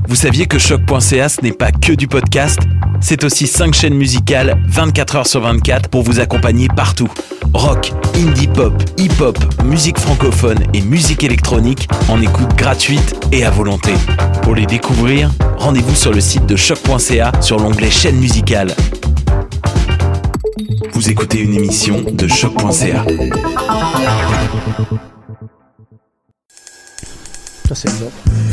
Vous saviez que Choc.ca, ce n'est pas que du podcast? C'est aussi 5 chaînes musicales, 24 heures sur 24, pour vous accompagner partout. Rock, indie pop, hip-hop, musique francophone et musique électronique en écoute gratuite et à volonté. Pour les découvrir, rendez-vous sur le site de Choc.ca sur l'onglet chaîne musicale. Vous écoutez une émission de Choc.ca. Ça, c'est là.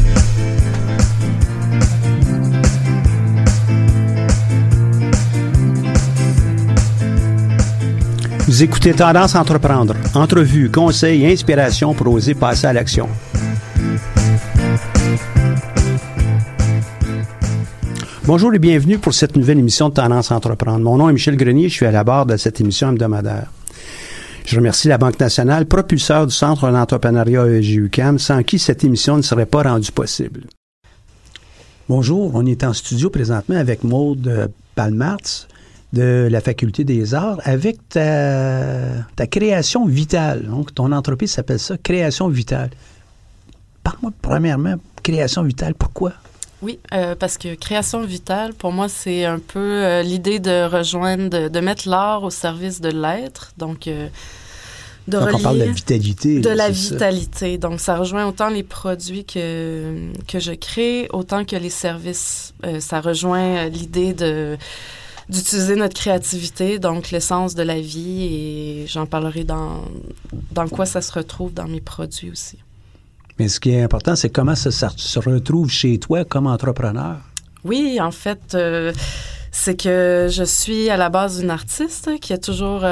Vous écoutez Tendance Entreprendre. Entrevues, conseils et inspiration pour oser passer à l'action. Bonjour et bienvenue pour cette nouvelle émission de Tendance Entreprendre. Mon nom est Michel Grenier, je suis à la barre de cette émission hebdomadaire. Je remercie la Banque nationale, propulseur du Centre d'entrepreneuriat ESG-UQAM, sans qui cette émission ne serait pas rendue possible. Bonjour, on est en studio présentement avec Maude Palmartz de la Faculté des Arts avec ta création vitale. Donc, ton entreprise s'appelle ça Création Vitale. Parle-moi premièrement, Création Vitale, pourquoi? Oui, parce que Création Vitale, pour moi, c'est un peu l'idée de rejoindre, de mettre l'art au service de l'être. Donc on parle de la vitalité. De la vitalité. Donc, ça rejoint autant les produits que je crée, autant que les services. Ça rejoint l'idée d'utiliser notre créativité, donc l'essence de la vie, et j'en parlerai dans quoi ça se retrouve dans mes produits aussi. Mais ce qui est important, c'est comment ça se retrouve chez toi comme entrepreneur. Oui, en fait, c'est que je suis à la base une artiste qui a toujours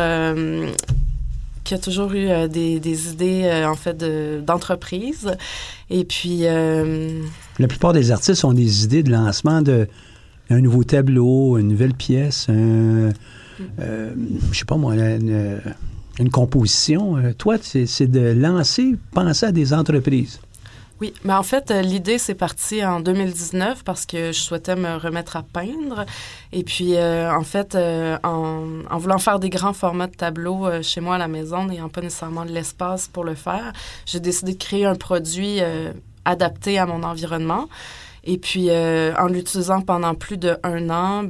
eu des idées, en fait, d'entreprise. Et puis... La plupart des artistes ont des idées de lancement d'un nouveau tableau, une nouvelle pièce, je sais pas moi, une composition. Toi, c'est de penser à des entreprises. Oui, mais en fait, l'idée, c'est parti en 2019 parce que je souhaitais me remettre à peindre. Et puis, en fait, en voulant faire des grands formats de tableaux chez moi à la maison, n'ayant pas nécessairement de l'espace pour le faire, j'ai décidé de créer un produit adapté à mon environnement. Et puis, en l'utilisant pendant plus d'1 an,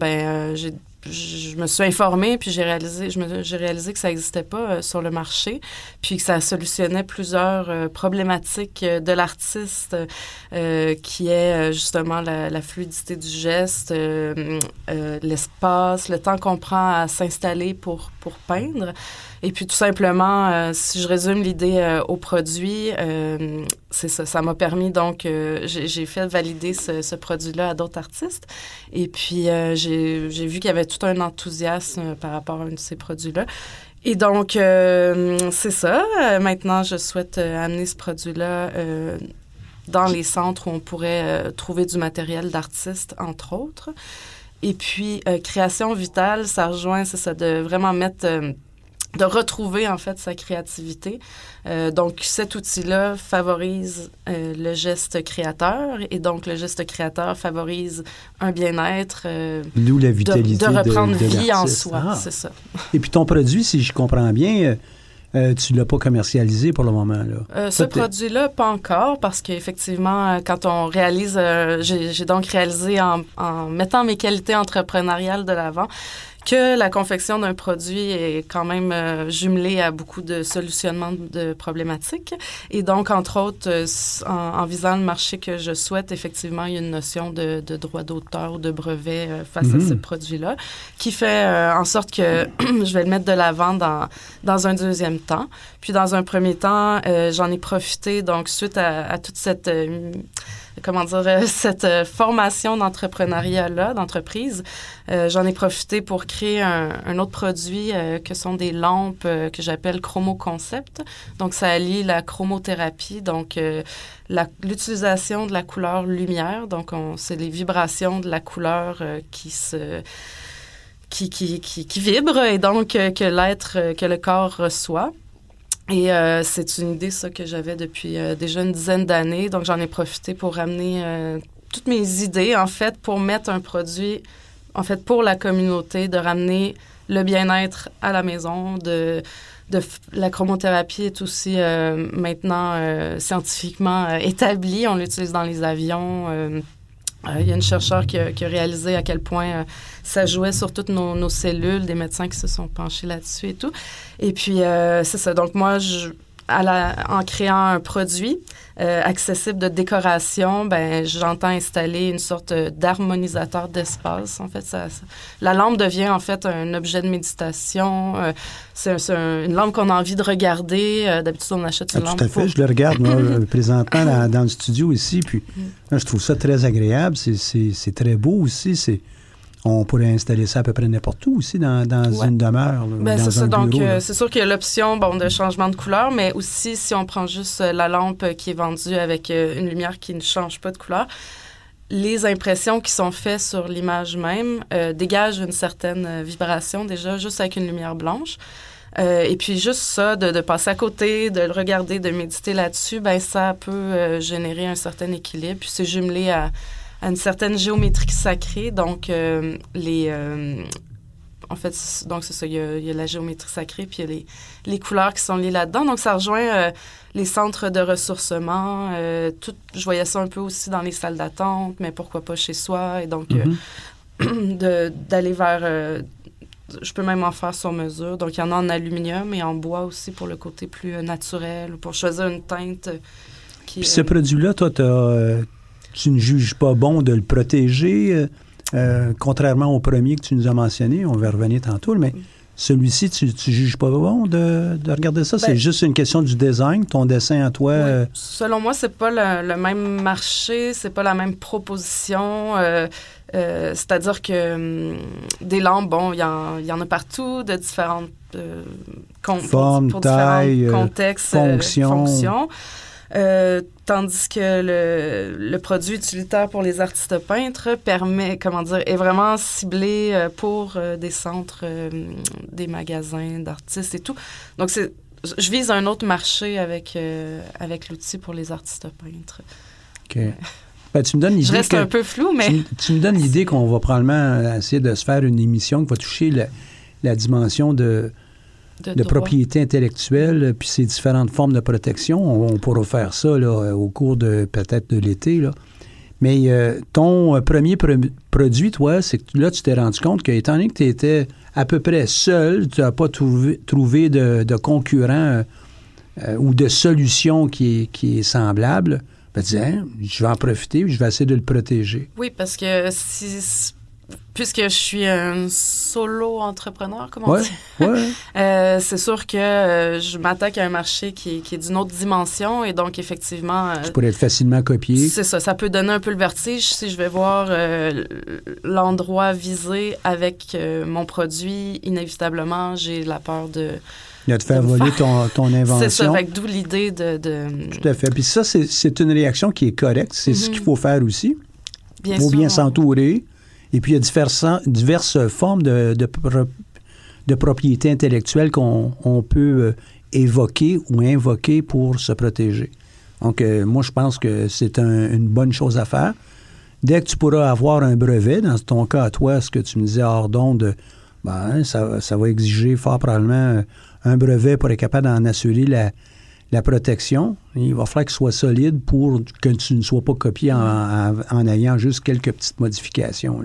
je me suis informée, puis j'ai réalisé que ça n'existait pas sur le marché, puis que ça solutionnait plusieurs problématiques de l'artiste, qui est justement la fluidité du geste, l'espace, le temps qu'on prend à s'installer pour peindre. Et puis, tout simplement, si je résume l'idée au produit, c'est ça. Ça m'a permis, donc, j'ai fait valider ce produit-là à d'autres artistes. Et puis, j'ai vu qu'il y avait tout un enthousiasme par rapport à un de ces produits-là. Et donc, c'est ça. Maintenant, je souhaite amener ce produit-là dans les centres où on pourrait trouver du matériel d'artistes, entre autres. Et puis, Création Vitale, ça rejoint, c'est ça, de vraiment mettre... de retrouver, en fait, sa créativité. Donc, cet outil-là favorise le geste créateur, et donc le geste créateur favorise un bien-être. D'où la vitalité de reprendre vie l'artiste. en soi, c'est ça. Et puis ton produit, si je comprends bien, tu ne l'as pas commercialisé pour le moment, là. Ce produit-là, pas encore, parce qu'effectivement, quand on réalise... j'ai donc réalisé en mettant mes qualités entrepreneuriales de l'avant, que la confection d'un produit est quand même jumelée à beaucoup de solutionnements de problématiques. Et donc, entre autres, en visant le marché que je souhaite, effectivement, il y a une notion de droit d'auteur ou de brevet face à ce produit-là, qui fait en sorte que je vais le mettre de l'avant dans un deuxième temps. Puis, dans un premier temps, j'en ai profité, donc, suite à toute cette... cette formation d'entrepreneuriat-là, d'entreprise, j'en ai profité pour créer un autre produit que sont des lampes que j'appelle Chromo Concept. Donc, ça allie la chromothérapie, donc l'utilisation de la couleur lumière. Donc, c'est les vibrations de la couleur qui vibrent, et donc que le corps reçoit. Et c'est une idée, ça, que j'avais depuis déjà une dizaine d'années. Donc, j'en ai profité pour ramener toutes mes idées, en fait, pour mettre un produit, en fait, pour la communauté, de ramener le bien-être à la maison, la chromothérapie est aussi maintenant scientifiquement établie. On l'utilise dans les avions. Il y a une chercheure qui a réalisé à quel point ça jouait sur toutes nos cellules, des médecins qui se sont penchés là-dessus et tout. Et puis, c'est ça. Donc, moi, en créant un produit accessible de décoration, j'entends installer une sorte d'harmonisateur d'espace. En fait, la lampe devient en fait un objet de méditation. C'est une lampe qu'on a envie de regarder. D'habitude, on achète une lampe. Tout à fait. Je le regarde, moi, présentement dans le studio ici. Puis, là, je trouve ça très agréable. C'est très beau aussi. On pourrait installer ça à peu près n'importe où aussi, dans une demeure, c'est ça. Bureau. Donc, c'est sûr qu'il y a l'option de changement de couleur, mais aussi, si on prend juste la lampe qui est vendue avec une lumière qui ne change pas de couleur, les impressions qui sont faites sur l'image même dégagent une certaine vibration déjà, juste avec une lumière blanche. Et puis, juste ça, de passer à côté, de le regarder, de méditer là-dessus, ça peut générer un certain équilibre. Puis, c'est jumelé à une certaine géométrie sacrée. Donc, en fait, donc c'est ça, il y a la géométrie sacrée, puis il y a les couleurs qui sont liées là-dedans. Donc, ça rejoint les centres de ressourcement. Je voyais ça un peu aussi dans les salles d'attente, mais pourquoi pas chez soi? Et donc, d'aller vers... je peux même en faire sur mesure. Donc, il y en a en aluminium et en bois aussi pour le côté plus naturel, pour choisir une teinte qui... Puis ce produit-là, toi, tu ne juges pas bon de le protéger, contrairement au premier que tu nous as mentionné. On va revenir tantôt, mais celui-ci, tu ne juges pas bon de regarder ça? C'est juste une question du design, ton dessin à toi? Oui. Selon moi, c'est pas le même marché, c'est pas la même proposition. C'est-à-dire que des lampes, il y en a partout, de différentes formes, tailles, contextes, fonctions. Tandis que le produit utilitaire pour les artistes peintres est vraiment ciblé pour des centres, des magasins d'artistes et tout. Donc, je vise un autre marché avec l'outil pour les artistes peintres. OK. Tu me donnes l'idée je reste un peu flou, mais... Tu me donnes l'idée qu'on va probablement essayer de se faire une émission qui va toucher la dimension de propriété intellectuelle, puis ces différentes formes de protection. On pourra faire ça là, au cours peut-être de l'été. Là. Mais ton premier produit, toi, c'est que là, tu t'es rendu compte qu'étant donné que tu étais à peu près seul, tu n'as pas trouvé de concurrent ou de solution qui est semblable, tu disais, je vais en profiter, je vais essayer de le protéger. Oui, parce que puisque je suis un solo-entrepreneur, comment on dit? Ouais. C'est sûr que je m'attaque à un marché qui est d'une autre dimension et donc, effectivement... ça pourrait être facilement copié. C'est ça. Ça peut donner un peu le vertige si je vais voir l'endroit visé avec mon produit. Inévitablement, j'ai la peur de te faire voler ton invention. C'est ça, d'où l'idée de... Tout à fait. Puis ça, c'est une réaction qui est correcte. C'est ce qu'il faut faire aussi. Il faut bien s'entourer. Et puis, il y a diverses formes de propriété intellectuelle qu'on peut évoquer ou invoquer pour se protéger. Donc, moi, je pense que c'est une bonne chose à faire. Dès que tu pourras avoir un brevet, dans ton cas à toi, ce que tu me disais hors d'onde, ça va exiger fort probablement un brevet pour être capable d'en assurer la protection. Il va falloir qu'il soit solide pour que tu ne sois pas copié en ayant juste quelques petites modifications.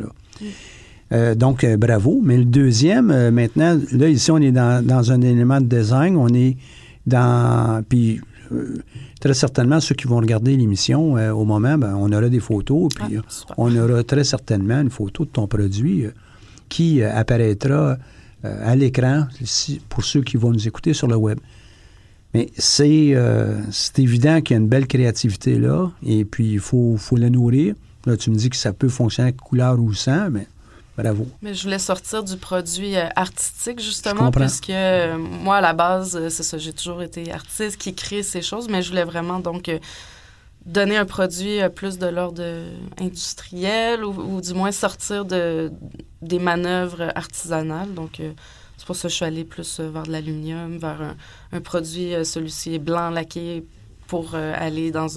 Là. Donc, bravo. Mais le deuxième, maintenant, là, ici, on est dans un élément de design. On est dans... Puis, très certainement, ceux qui vont regarder l'émission, au moment, on aura des photos. Puis, on aura très certainement une photo de ton produit qui apparaîtra à l'écran pour ceux qui vont nous écouter sur le web. Mais c'est évident qu'il y a une belle créativité là, et puis il faut la nourrir. Là, tu me dis que ça peut fonctionner avec couleur ou sans, mais bravo. Mais je voulais sortir du produit artistique, justement, puisque moi, à la base, c'est ça, j'ai toujours été artiste qui crée ces choses, mais je voulais vraiment, donc, donner un produit plus de l'ordre industriel ou du moins sortir des manœuvres artisanales, donc... c'est pour ça que je suis allée plus vers de l'aluminium, vers un produit, celui-ci est blanc laqué pour aller dans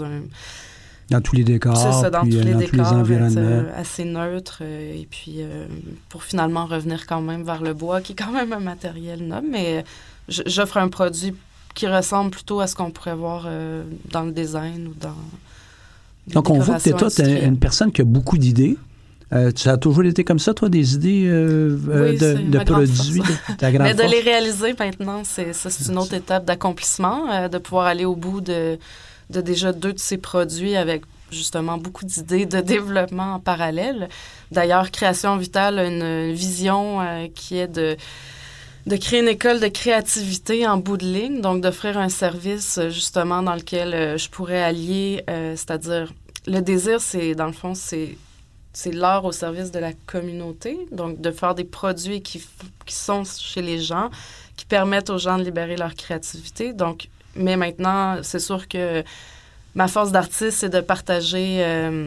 tous les décors, c'est ça, dans tous les décors, tous les environnements. assez neutre. Et puis, pour finalement revenir quand même vers le bois, qui est quand même un matériel noble, mais j'offre un produit qui ressemble plutôt à ce qu'on pourrait voir dans le design ou Donc, on voit que toi, tu es une personne qui a beaucoup d'idées. Ça a toujours été comme ça, toi, des idées de produits, ta grande Mais de force? les réaliser maintenant, c'est une autre étape d'accomplissement, de pouvoir aller au bout de déjà 2 de ces produits avec justement beaucoup d'idées de développement en parallèle. D'ailleurs, Création Vitale a une vision qui est de créer une école de créativité en bout de ligne, donc d'offrir un service justement dans lequel je pourrais allier, c'est-à-dire le désir, c'est dans le fond, c'est l'art au service de la communauté, donc de faire des produits qui sont chez les gens, qui permettent aux gens de libérer leur créativité. Donc, mais maintenant, c'est sûr que ma force d'artiste, c'est de partager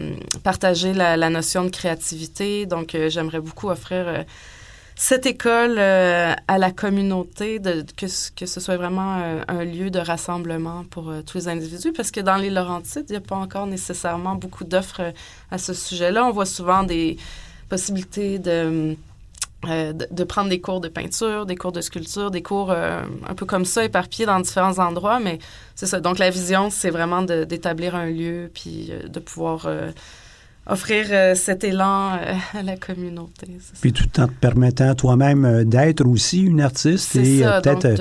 la notion de créativité. Donc, j'aimerais beaucoup offrir cette école à la communauté, que ce soit vraiment un lieu de rassemblement pour tous les individus, parce que dans les Laurentides, il n'y a pas encore nécessairement beaucoup d'offres à ce sujet-là. On voit souvent des possibilités de prendre des cours de peinture, des cours de sculpture, des cours un peu comme ça, éparpillés dans différents endroits, mais c'est ça. Donc, la vision, c'est vraiment d'établir un lieu, puis de pouvoir offrir cet élan à la communauté. Puis tout en te permettant toi-même d'être aussi une artiste et peut-être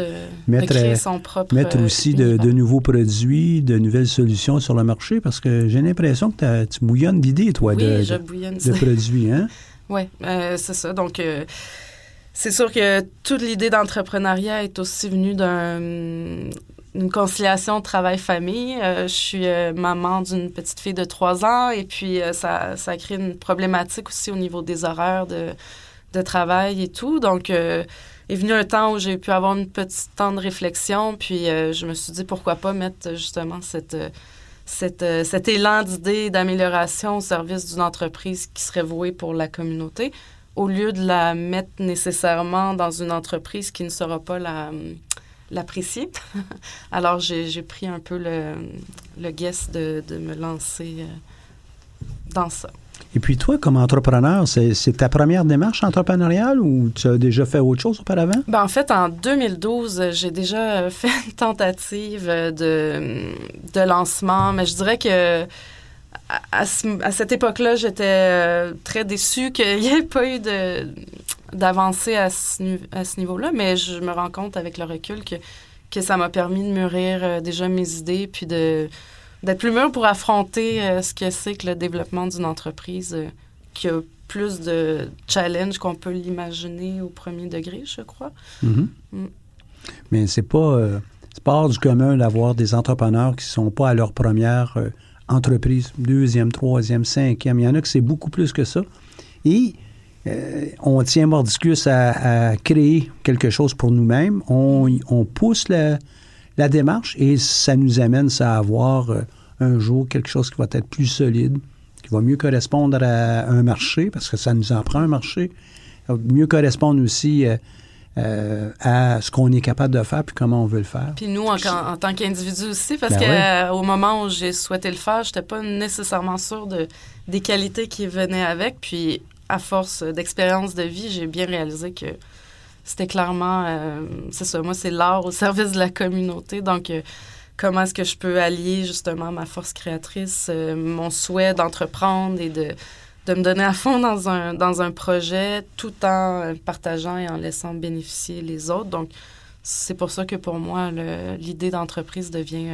mettre aussi de nouveaux produits, de nouvelles solutions sur le marché, parce que j'ai l'impression que tu bouillonnes d'idées, toi, de produits, hein? Oui, c'est ça. Donc, c'est sûr que toute l'idée d'entrepreneuriat est aussi venue d'une conciliation travail-famille. Je suis maman d'une petite fille de 3 ans et puis ça a créé une problématique aussi au niveau des horaires de travail et tout. Donc, est venu un temps où j'ai pu avoir une petite temps de réflexion, puis je me suis dit pourquoi pas mettre justement cet élan d'idées d'amélioration au service d'une entreprise qui serait vouée pour la communauté, au lieu de la mettre nécessairement dans une entreprise qui ne saura pas l'apprécier. Alors, j'ai pris un peu le guess de me lancer dans ça. Et puis toi, comme entrepreneur, c'est ta première démarche entrepreneuriale ou tu as déjà fait autre chose auparavant? Ben, en fait, en 2012, j'ai déjà fait une tentative de lancement, mais je dirais que à cette époque-là, j'étais très déçue qu'il n'y ait pas eu d'avancée à ce niveau-là, mais je me rends compte avec le recul que ça m'a permis de mûrir déjà mes idées, puis d'être plus mûr pour affronter ce que c'est que le développement d'une entreprise qui a plus de challenge qu'on peut l'imaginer au premier degré, je crois. Mm-hmm. Mm. Mais c'est pas hors du commun d'avoir des entrepreneurs qui ne sont pas à leur première entreprise, 2e, 3e, 5e. Il y en a que c'est beaucoup plus que ça. Et on tient mordicus à créer quelque chose pour nous-mêmes. On pousse la démarche et ça nous amène à avoir un jour quelque chose qui va être plus solide, qui va mieux correspondre à un marché, parce que ça nous en prend un marché, mieux correspondre aussi à ce qu'on est capable de faire puis comment on veut le faire. Puis nous, en tant qu'individu aussi, parce qu'au moment où j'ai souhaité le faire, je n'étais pas nécessairement sûre des qualités qui venaient avec. Puis à force d'expérience de vie, j'ai bien réalisé que c'était clairement, c'est ça, moi, c'est l'art au service de la communauté. Donc, comment est-ce que je peux allier justement ma force créatrice, mon souhait d'entreprendre et de me donner à fond dans un projet tout en partageant et en laissant bénéficier les autres. Donc, c'est pour ça que pour moi, l'idée d'entreprise devient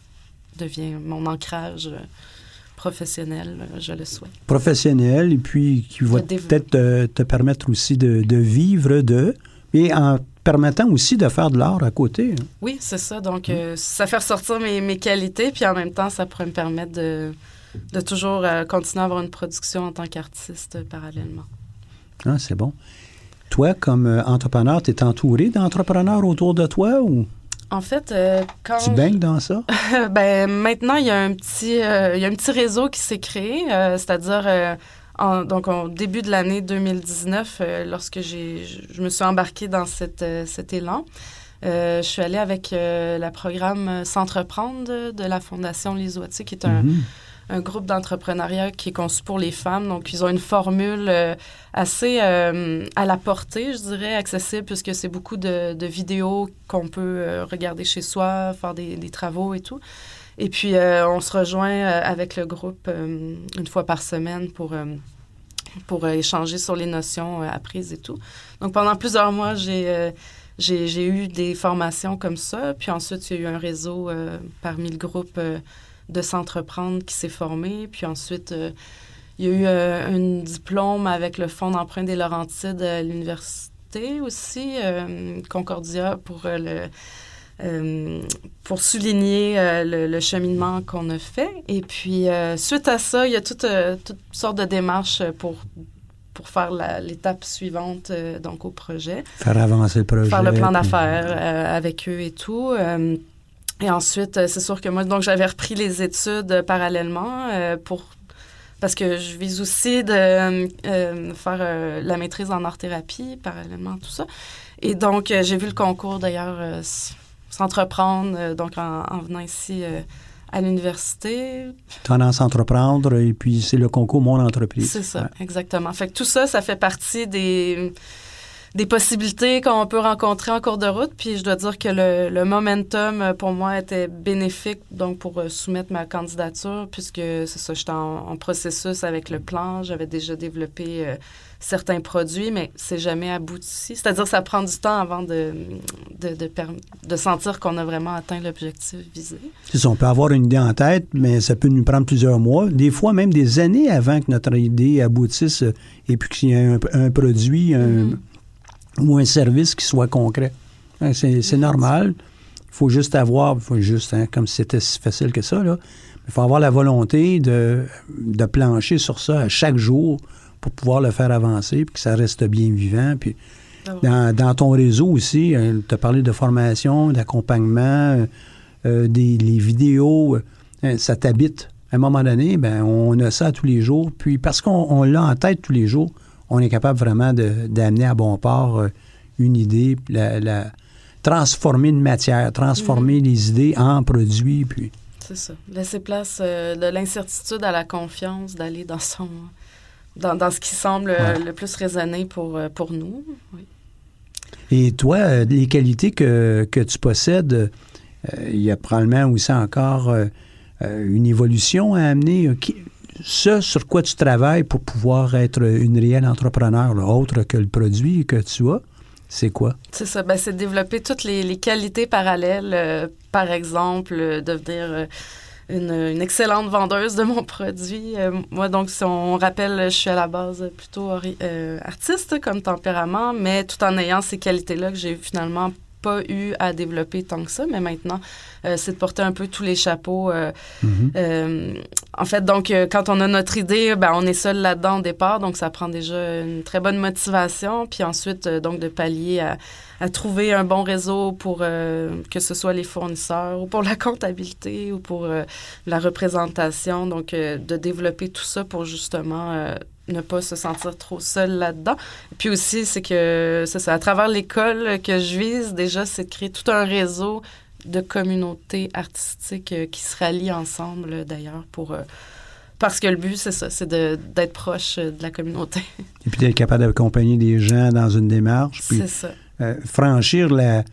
mon ancrage professionnel, je le souhaite. Professionnel, et puis qui va peut-être te permettre aussi de vivre et en permettant aussi de faire de l'art à côté. Hein. Oui, c'est ça. Donc, ça fait ressortir mes qualités, puis en même temps, ça pourrait me permettre de toujours continuer à avoir une production en tant qu'artiste parallèlement. Ah, c'est bon. Toi, comme entrepreneur, tu es entouré d'entrepreneurs autour de toi ou... En fait, quand... Tu baignes dans ça? Ben maintenant, il y a un petit réseau qui s'est créé, c'est-à-dire... donc, au début de l'année 2019, lorsque je me suis embarquée dans cet élan, je suis allée avec le programme S'entreprendre de la Fondation Lise Wattier, qui est un groupe d'entrepreneuriat qui est conçu pour les femmes. Donc, ils ont une formule assez à la portée, je dirais, accessible, puisque c'est beaucoup de vidéos qu'on peut regarder chez soi, faire des travaux et tout. Et puis, on se rejoint avec le groupe une fois par semaine pour échanger sur les notions apprises et tout. Donc, pendant plusieurs mois, j'ai eu des formations comme ça. Puis ensuite, il y a eu un réseau parmi le groupe de s'entreprendre qui s'est formé. Puis ensuite, il y a eu un diplôme avec le Fonds d'emprunt des Laurentides à l'université aussi, Concordia, pour souligner le cheminement qu'on a fait. Et puis, suite à ça, il y a toutes sortes de démarches pour faire l'étape suivante donc au projet. Faire avancer le projet. Faire le plan d'affaires avec eux et tout. Et ensuite, c'est sûr que moi, donc j'avais repris les études parallèlement parce que je vise aussi de faire la maîtrise en art-thérapie parallèlement à tout ça. Et donc, j'ai vu le concours d'ailleurs s'entreprendre, donc en venant ici à l'université. Tendance à entreprendre, et puis c'est le concours Mon Entreprise. C'est ça, exactement. Fait que tout ça, ça fait partie des possibilités qu'on peut rencontrer en cours de route. Puis je dois dire que le momentum, pour moi, était bénéfique donc pour soumettre ma candidature, puisque c'est ça, j'étais en processus avec le plan. J'avais déjà développé certains produits, mais c'est jamais abouti. C'est-à-dire ça prend du temps avant de sentir qu'on a vraiment atteint l'objectif visé. C'est ça, on peut avoir une idée en tête, mais ça peut nous prendre plusieurs mois, des fois même des années avant que notre idée aboutisse et puis qu'il y ait un produit ou un service qui soit concret. C'est normal. Il faut juste avoir, comme si c'était si facile que ça, là, il faut avoir la volonté de plancher sur ça à chaque jour pour pouvoir le faire avancer, puis que ça reste bien vivant. Puis dans ton réseau aussi, tu as parlé de formation, d'accompagnement, les vidéos, ça t'habite. À un moment donné, on a ça tous les jours. Puis parce qu'on l'a en tête tous les jours, on est capable vraiment d'amener à bon port une idée, transformer une matière, transformer les idées en produits. Puis... C'est ça. Laisser place de l'incertitude à la confiance, d'aller dans ce qui semble le plus raisonner pour nous. Oui. Et toi, les qualités que tu possèdes, il y a probablement aussi encore une évolution à amener. Ce sur quoi tu travailles pour pouvoir être une réelle entrepreneur, là, autre que le produit que tu as, c'est quoi? C'est ça. C'est de développer toutes les qualités parallèles. Par exemple, devenir une excellente vendeuse de mon produit. Moi, donc, si on rappelle, je suis à la base plutôt artiste comme tempérament, mais tout en ayant ces qualités-là que j'ai finalement pas eu à développer tant que ça, mais maintenant, c'est de porter un peu tous les chapeaux. En fait, donc, quand on a notre idée, on est seul là-dedans au départ, donc ça prend déjà une très bonne motivation, puis ensuite, donc, de pallier à trouver un bon réseau pour que ce soit les fournisseurs ou pour la comptabilité ou pour la représentation, donc de développer tout ça pour justement ne pas se sentir trop seul là-dedans. Et puis aussi, c'est que, c'est ça, à travers l'école que je vise, déjà, c'est de créer tout un réseau de communautés artistiques qui se rallient ensemble, d'ailleurs, parce que le but, c'est ça, c'est d'être proche de la communauté. Et puis d'être capable d'accompagner des gens dans une démarche. Puis, c'est ça. Franchir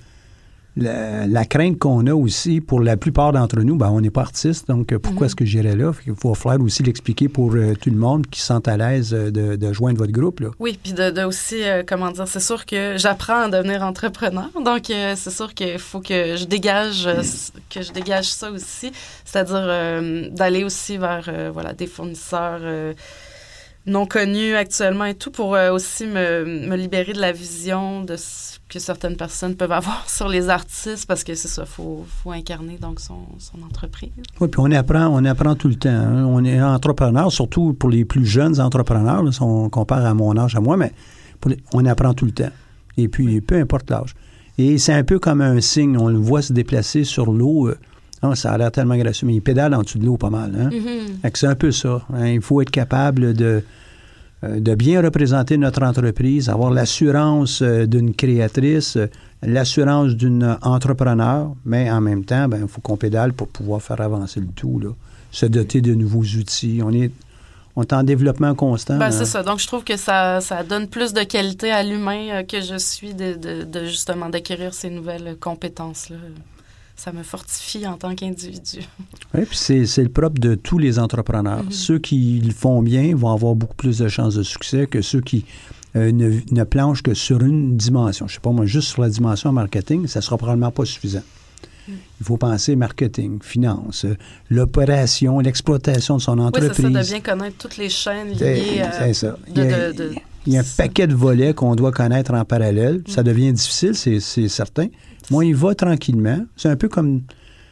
la crainte qu'on a aussi, pour la plupart d'entre nous, on n'est pas artiste, donc pourquoi est-ce que j'irais là? Il faut falloir aussi l'expliquer pour tout le monde qui se sent à l'aise de joindre votre groupe, là. Oui, puis de aussi, c'est sûr que j'apprends à devenir entrepreneur, donc c'est sûr qu'il faut que je dégage ça aussi, c'est-à-dire d'aller aussi vers des fournisseurs non connus actuellement et tout, pour aussi me libérer de la vision que certaines personnes peuvent avoir sur les artistes, parce que c'est ça, faut incarner donc son entreprise. Oui, puis on apprend tout le temps. Hein. On est entrepreneur, surtout pour les plus jeunes entrepreneurs, là, si on compare à mon âge à moi, mais on apprend tout le temps. Et puis, peu importe l'âge. Et c'est un peu comme un signe, on le voit se déplacer sur l'eau. Ça a l'air tellement gracieux, mais il pédale en dessous de l'eau pas mal. Hein? Fait que c'est un peu ça. Hein? Il faut être capable de bien représenter notre entreprise, avoir l'assurance d'une créatrice, l'assurance d'une entrepreneur, mais en même temps, il faut qu'on pédale pour pouvoir faire avancer le tout, là. Se doter de nouveaux outils. On est en développement constant. C'est ça. Donc, je trouve que ça donne plus de qualité à l'humain que je suis de justement d'acquérir ces nouvelles compétences-là. ça me fortifie en tant qu'individu. Oui, puis c'est le propre de tous les entrepreneurs. Ceux qui le font bien vont avoir beaucoup plus de chances de succès que ceux qui ne planchent que sur une dimension. Je ne sais pas, moi, juste sur la dimension marketing, ça ne sera probablement pas suffisant. Il faut penser marketing, finance, l'opération, l'exploitation de son entreprise. Oui, c'est ça, de bien connaître toutes les chaînes liées c'est ça. Il y a un paquet de volets qu'on doit connaître en parallèle. Ça devient difficile, c'est certain. Moi, il va tranquillement. C'est un peu comme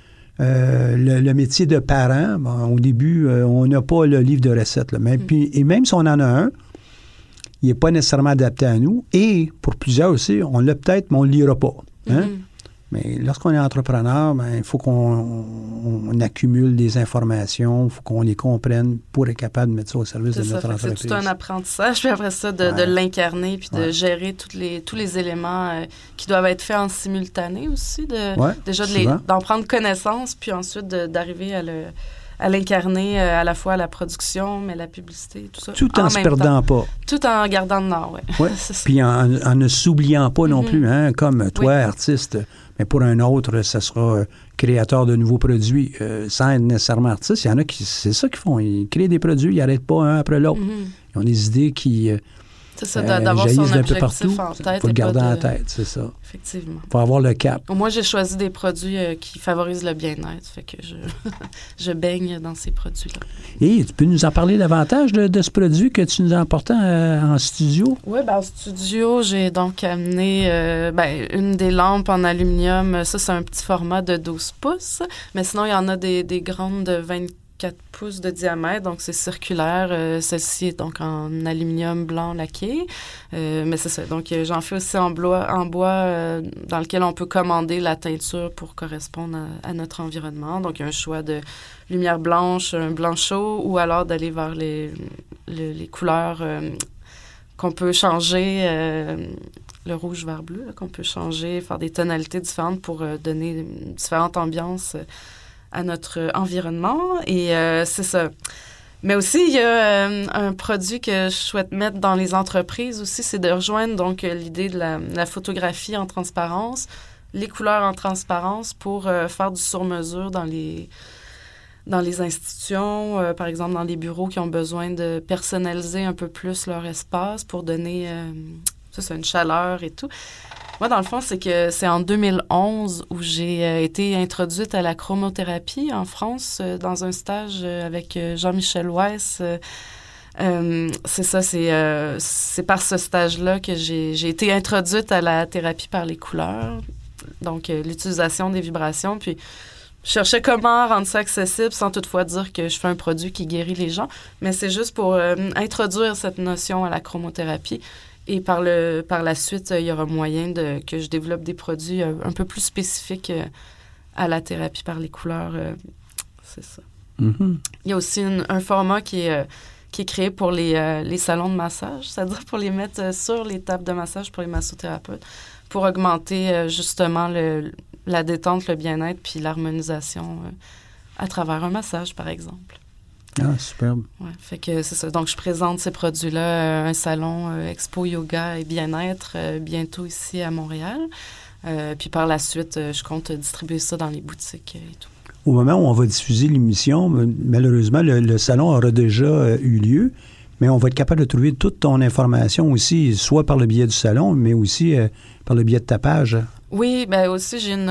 le métier de parent. Bon, au début, on n'a pas le livre de recettes. Là. Et même si on en a un, il n'est pas nécessairement adapté à nous. Et pour plusieurs aussi, on l'a peut-être, mais on ne le lira pas. Hein? Mais lorsqu'on est entrepreneur, il faut qu'on accumule des informations, il faut qu'on les comprenne pour être capable de mettre ça au service de notre entreprise. C'est tout un apprentissage, puis après ça, de l'incarner, puis de gérer tous les éléments qui doivent être faits en simultané aussi, déjà d'en prendre connaissance, puis ensuite d'arriver à l'incarner à la fois à la production, mais la publicité, tout ça. Tout en se perdant pas. Tout en gardant le nord, oui. Ouais. Puis en ne s'oubliant pas non plus, hein, comme toi, artiste, mais pour un autre, ça sera créateur de nouveaux produits sans être nécessairement artiste. Il y en a qui, c'est ça qu'ils font. Ils créent des produits, ils n'arrêtent pas un après l'autre. Ils ont des idées qui c'est ça, d'avoir son objectif en tête. Il faut le garder en tête, c'est ça. Effectivement. Il faut avoir le cap. Moi, j'ai choisi des produits qui favorisent le bien-être, fait que je baigne dans ces produits-là. Et tu peux nous en parler davantage de ce produit que tu nous as apporté en studio? Oui, en studio, j'ai donc amené une des lampes en aluminium. Ça, c'est un petit format de 12 pouces, mais sinon, il y en a des grandes de 24 pouces de diamètre, donc c'est circulaire. Celle-ci est donc en aluminium blanc laqué. Mais c'est ça. Donc, j'en fais aussi en bois dans lequel on peut commander la teinture pour correspondre à notre environnement. Donc, il y a un choix de lumière blanche, un blanc chaud, ou alors d'aller vers les couleurs qu'on peut changer, le rouge vers bleu, qu'on peut changer, faire des tonalités différentes pour donner différentes ambiances à notre environnement. Et c'est ça. Mais aussi, il y a un produit que je souhaite mettre dans les entreprises aussi, c'est de rejoindre donc l'idée de la photographie en transparence, les couleurs en transparence pour faire du sur-mesure dans les institutions, par exemple dans les bureaux qui ont besoin de personnaliser un peu plus leur espace pour donner une chaleur et tout. Moi, dans le fond, c'est en 2011 où j'ai été introduite à la chromothérapie en France dans un stage avec Jean-Michel Weiss. C'est ça, c'est par ce stage-là que j'ai été introduite à la thérapie par les couleurs, donc l'utilisation des vibrations. Puis, je cherchais comment rendre ça accessible sans toutefois dire que je fais un produit qui guérit les gens, mais c'est juste pour introduire cette notion à la chromothérapie. Et par la suite, il y aura moyen que je développe des produits un peu plus spécifiques à la thérapie par les couleurs. C'est ça. Mm-hmm. Il y a aussi un format qui est créé pour les salons de massage, c'est-à-dire pour les mettre sur les tables de massage pour les massothérapeutes, pour augmenter justement la détente, le bien-être, puis l'harmonisation à travers un massage, par exemple. Ah, superbe. Ouais, fait que c'est ça. Donc, je présente ces produits-là à un salon Expo Yoga et Bien-être bientôt ici à Montréal. Puis par la suite, je compte distribuer ça dans les boutiques et tout. Au moment où on va diffuser l'émission, malheureusement, le salon aura déjà eu lieu, mais on va être capable de trouver toute ton information aussi, soit par le biais du salon, mais aussi par le biais de ta page. Oui, aussi, j'ai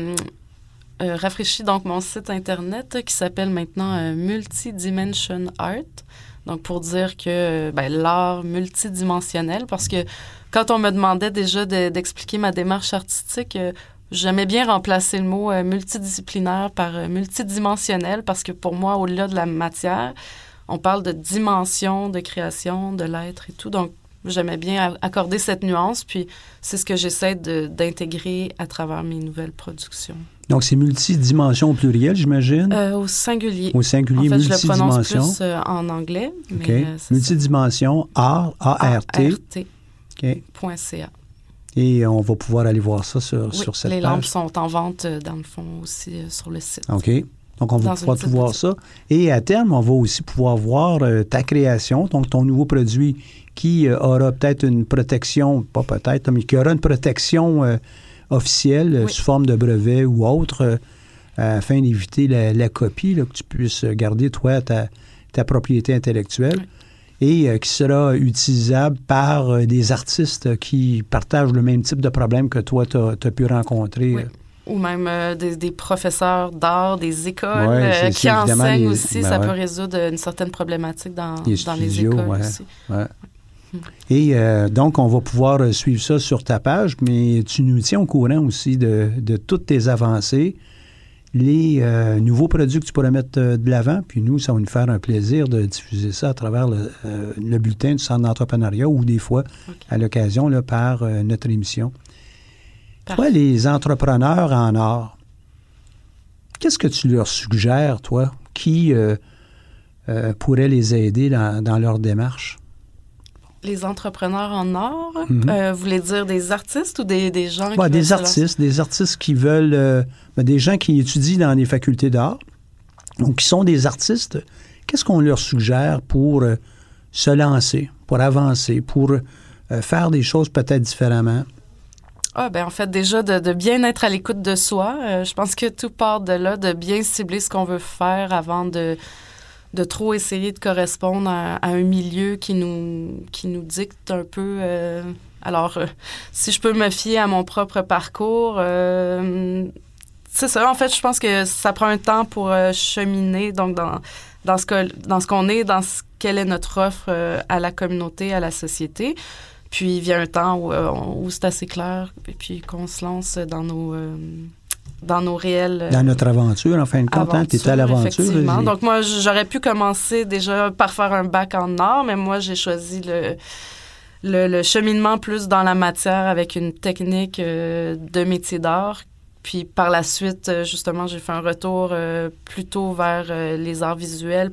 rafraîchi donc mon site Internet qui s'appelle maintenant Multidimension Art. Donc, pour dire que l'art multidimensionnel, parce que quand on me demandait déjà d'expliquer ma démarche artistique, j'aimais bien remplacer le mot multidisciplinaire par multidimensionnel, parce que pour moi, au-delà de la matière, on parle de dimension, de création, de l'être et tout. Donc, j'aimais bien accorder cette nuance, puis c'est ce que j'essaie d'intégrer à travers mes nouvelles productions. Donc, c'est multidimension au pluriel, j'imagine? Au singulier. Au singulier, en fait, multidimension. Je le prononce plus en anglais. OK. Mais, multidimension, A-R-T. .ca. Et on va pouvoir aller voir ça sur cette page. Les lampes sont en vente, dans le fond, aussi sur le site. OK. Donc, on va pouvoir tout voir ça. Et à terme, on va aussi pouvoir voir ta création, donc ton nouveau produit qui aura peut-être une protection, pas peut-être, mais qui aura une protection officielle, sous forme de brevet ou autre, afin d'éviter la copie, là, que tu puisses garder, toi, ta propriété intellectuelle, et qui sera utilisable par des artistes qui partagent le même type de problème que toi, tu as pu rencontrer. Oui. Ou même des professeurs d'art, des écoles qui enseignent aussi. Ça peut résoudre une certaine problématique dans les écoles aussi. Ouais. Et donc, on va pouvoir suivre ça sur ta page, mais tu nous tiens au courant aussi de toutes tes avancées, les nouveaux produits que tu pourrais mettre de l'avant, puis nous, ça va nous faire un plaisir de diffuser ça à travers le bulletin du Centre d'entrepreneuriat ou des fois, à l'occasion, là, par notre émission. Toi, les entrepreneurs en art, qu'est-ce que tu leur suggères, toi, qui pourrait les aider dans leur démarche? Les entrepreneurs en art, vous voulez dire des artistes ou des gens qui des artistes qui veulent... des gens qui étudient dans les facultés d'art ou qui sont des artistes. Qu'est-ce qu'on leur suggère pour se lancer, pour avancer, pour faire des choses peut-être différemment? En fait, déjà, de bien être à l'écoute de soi. Je pense que tout part de là, de bien cibler ce qu'on veut faire avant de trop essayer de correspondre à un milieu qui nous dicte un peu. Si je peux me fier à mon propre parcours, c'est ça. En fait, je pense que ça prend un temps pour cheminer. Donc, dans ce qu'on est, quelle est notre offre à la communauté, à la société. Puis, il vient un temps où c'est assez clair, et puis qu'on se lance dans nos réels... Dans notre aventure, en fin de compte, tu étais à l'aventure. Effectivement. Donc, moi, j'aurais pu commencer déjà par faire un bac en art, mais moi, j'ai choisi le cheminement plus dans la matière avec une technique de métier d'art. Puis, par la suite, justement, j'ai fait un retour plutôt vers les arts visuels,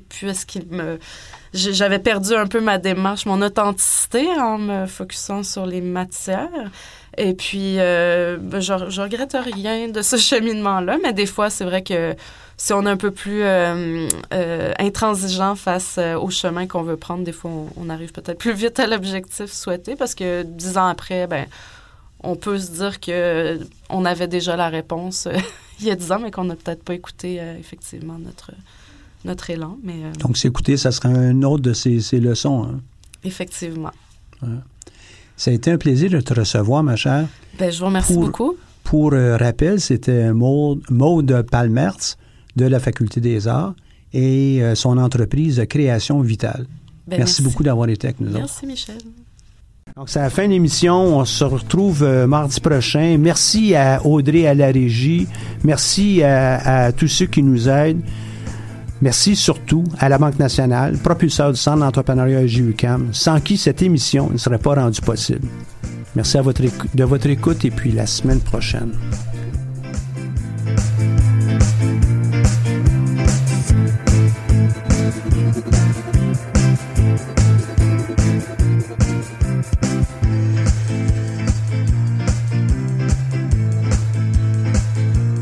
j'avais perdu un peu ma démarche, mon authenticité en me focusant sur les matières. Et puis, je regrette rien de ce cheminement-là, mais des fois, c'est vrai que si on est un peu plus intransigeant face au chemin qu'on veut prendre, des fois, on arrive peut-être plus vite à l'objectif souhaité parce que 10 ans après, on peut se dire qu'on avait déjà la réponse il y a 10 ans, mais qu'on n'a peut-être pas écouté effectivement notre élan. Mais, donc, s'écouter, ça serait une autre de ces leçons. Hein? Effectivement. Ouais. Ça a été un plaisir de te recevoir, ma chère. Je vous remercie beaucoup. Pour rappel, c'était Maude Palmertz de la Faculté des Arts et son entreprise Création Vitale. Merci beaucoup d'avoir été avec nous. Merci, Michel. Donc, c'est la fin de l'émission. On se retrouve mardi prochain. Merci à Audrey à la régie. Merci à tous ceux qui nous aident. Merci surtout à la Banque nationale, propulseur du Centre d'entrepreneuriat EJUQAM, sans qui cette émission ne serait pas rendue possible. Merci de votre écoute et puis la semaine prochaine.